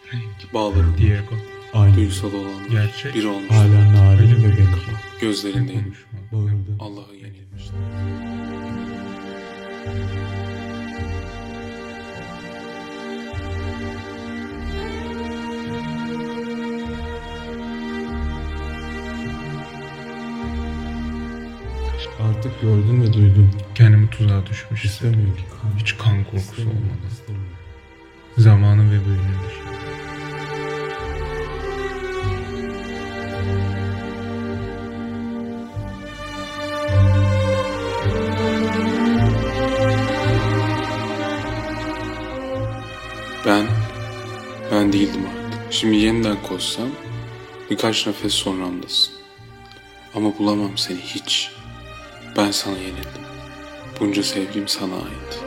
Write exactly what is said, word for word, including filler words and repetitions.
Renk. Bağlarım, Diego. Aynı. duygusal olanlar Gerçek. bir olmuş. Hala narin Ölüm ve ve bencil. kafa. Gözlerindeyim. Konuşma. Bağırdı. Allah'ı yenilmişti. Artık gördüm ve duydum. Kendimi tuzağa düşmüş hissediyorum. İstemiyorum. Hiç kan korkusu İstemiyorum, olmadı. istemiyorum. Zamanı ve büyünür. Ben, ben değildim artık. Şimdi yeniden koşsam birkaç nefes sonramdasın. Ama bulamam seni hiç. Ben sana yenildim. Bunca sevgim sana ait.